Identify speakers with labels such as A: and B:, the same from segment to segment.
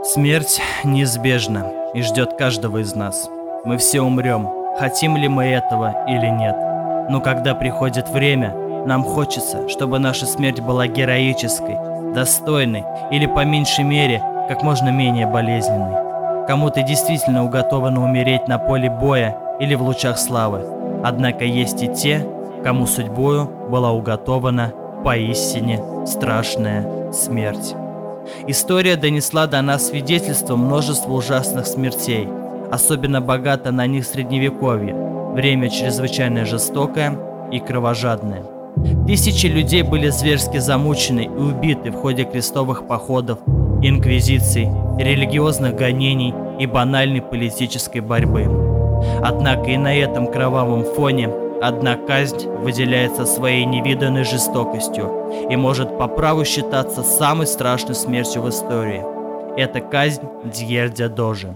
A: Смерть неизбежна и ждет каждого из нас. Мы все умрем, хотим ли мы этого или нет. Но когда приходит время, нам хочется, чтобы наша смерть была героической, достойной или, по меньшей мере, как можно менее болезненной. Кому-то действительно уготовано умереть на поле боя или в лучах славы. Однако есть и те, кому судьбою была уготована поистине страшная смерть. История донесла до нас свидетельство множества ужасных смертей. Особенно богато на них Средневековье, время чрезвычайно жестокое и кровожадное. Тысячи людей были зверски замучены и убиты в ходе крестовых походов, инквизиций, религиозных гонений и банальной политической борьбы. Однако и на этом кровавом фоне одна казнь выделяется своей невиданной жестокостью и может по праву считаться самой страшной смертью в истории. Это казнь Дьердя Дожи.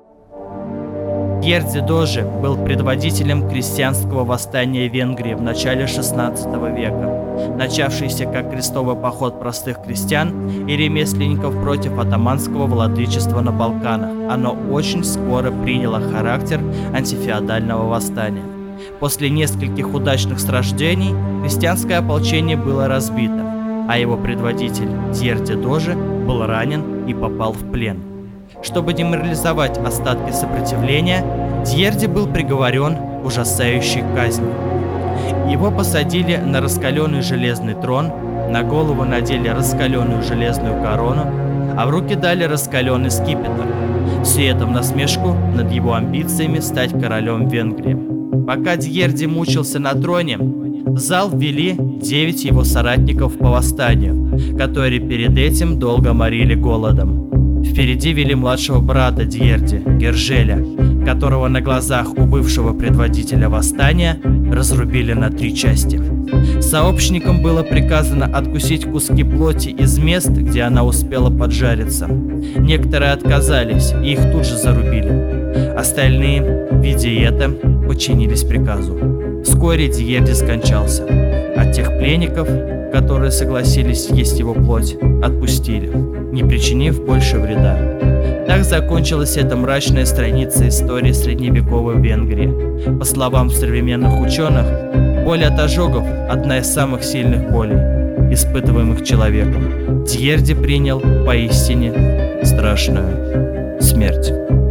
A: Дьердя Дожи был предводителем крестьянского восстания в Венгрии в начале XVI века, начавшийся как крестовый поход простых крестьян и ремесленников против атаманского владычества на Балканах. Оно очень скоро приняло характер антифеодального восстания. После нескольких удачных сражений крестьянское ополчение было разбито, а его предводитель Дьердя Дожи был ранен и попал в плен. Чтобы деморализовать остатки сопротивления, Дьердя был приговорен к ужасающей казни. Его посадили на раскаленный железный трон, на голову надели раскаленную железную корону, а в руки дали раскаленный скипетр. Все это в насмешку над его амбициями стать королем Венгрии. Пока Дьердя мучился на троне, в зал ввели 9 его соратников по восстанию, которые перед этим долго морили голодом. Впереди вели младшего брата Дьерди, Гержеля, которого на глазах у бывшего предводителя восстания разрубили на 3 части. Сообщникам было приказано откусить куски плоти из мест, где она успела поджариться. Некоторые отказались, и их тут же зарубили. Остальные, видя это, подчинились приказу. Вскоре Дьерди скончался, а тех пленников, которые согласились съесть его плоть, отпустили, не причинив больше вреда. Так закончилась эта мрачная страница истории средневековой Венгрии. По словам современных ученых, боль от ожогов – одна из самых сильных болей, испытываемых человеком. Дьерди принял поистине страшную смерть.